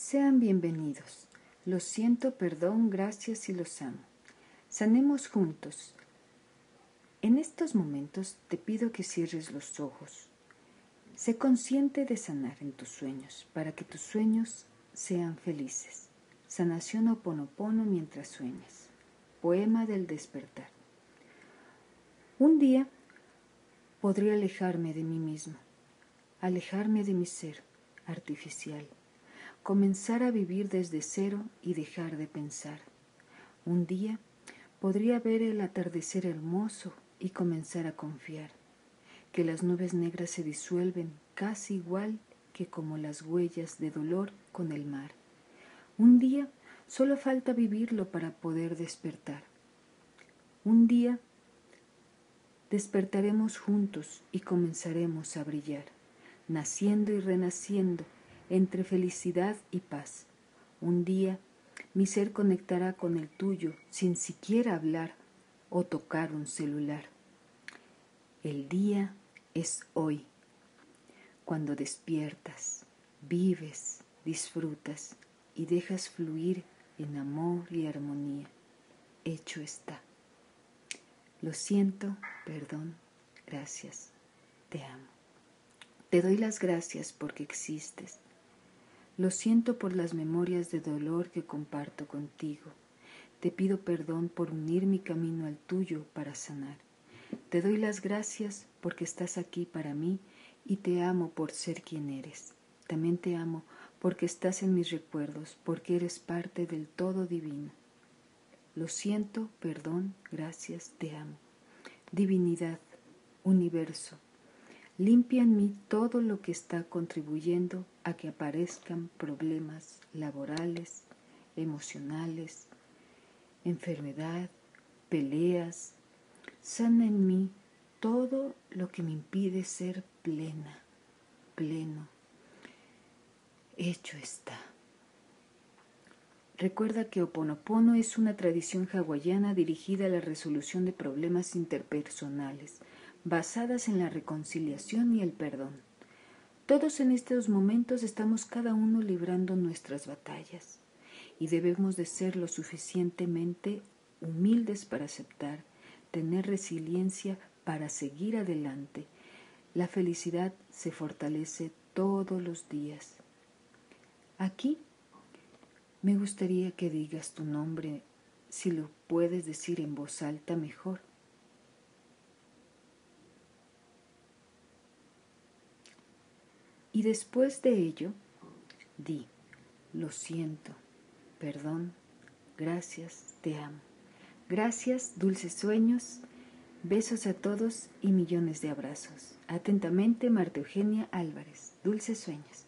Sean bienvenidos. Los siento, perdón, gracias y los amo. Sanemos juntos. En estos momentos te pido que cierres los ojos. Sé consciente de sanar en tus sueños para que tus sueños sean felices. Sanación Ho'oponopono mientras sueñas. Poema del despertar. Un día podría alejarme de mí mismo, alejarme de mi ser artificial, comenzar a vivir desde cero y dejar de pensar. Un día podría ver el atardecer hermoso y comenzar a confiar que las nubes negras se disuelven casi igual que como las huellas de dolor con el mar. Un día solo falta vivirlo para poder despertar. Un día despertaremos juntos y comenzaremos a brillar, naciendo y renaciendo entre felicidad y paz. Un día mi ser conectará con el tuyo sin siquiera hablar o tocar un celular. El día es hoy, cuando despiertas, vives, disfrutas y dejas fluir en amor y armonía. Hecho está. Lo siento, perdón, gracias, te amo. Te doy las gracias porque existes. Lo siento por las memorias de dolor que comparto contigo. Te pido perdón por unir mi camino al tuyo para sanar. Te doy las gracias porque estás aquí para mí y te amo por ser quien eres. También te amo porque estás en mis recuerdos, porque eres parte del todo divino. Lo siento, perdón, gracias, te amo. Divinidad, universo, limpia en mí todo lo que está contribuyendo a que aparezcan problemas laborales, emocionales, enfermedad, peleas. Sana en mí todo lo que me impide ser plena, pleno. Hecho está. Recuerda que Ho'oponopono es una tradición hawaiana dirigida a la resolución de problemas interpersonales, basadas en la reconciliación y el perdón. Todos en estos momentos estamos cada uno librando nuestras batallas y debemos de ser lo suficientemente humildes para aceptar, tener resiliencia para seguir adelante. La felicidad se fortalece todos los días. Aquí me gustaría que digas tu nombre, si lo puedes decir en voz alta mejor. Y después de ello, di, lo siento, perdón, gracias, te amo. Gracias, dulces sueños, besos a todos y millones de abrazos. Atentamente, Marta Eugenia Álvarez. Dulces sueños.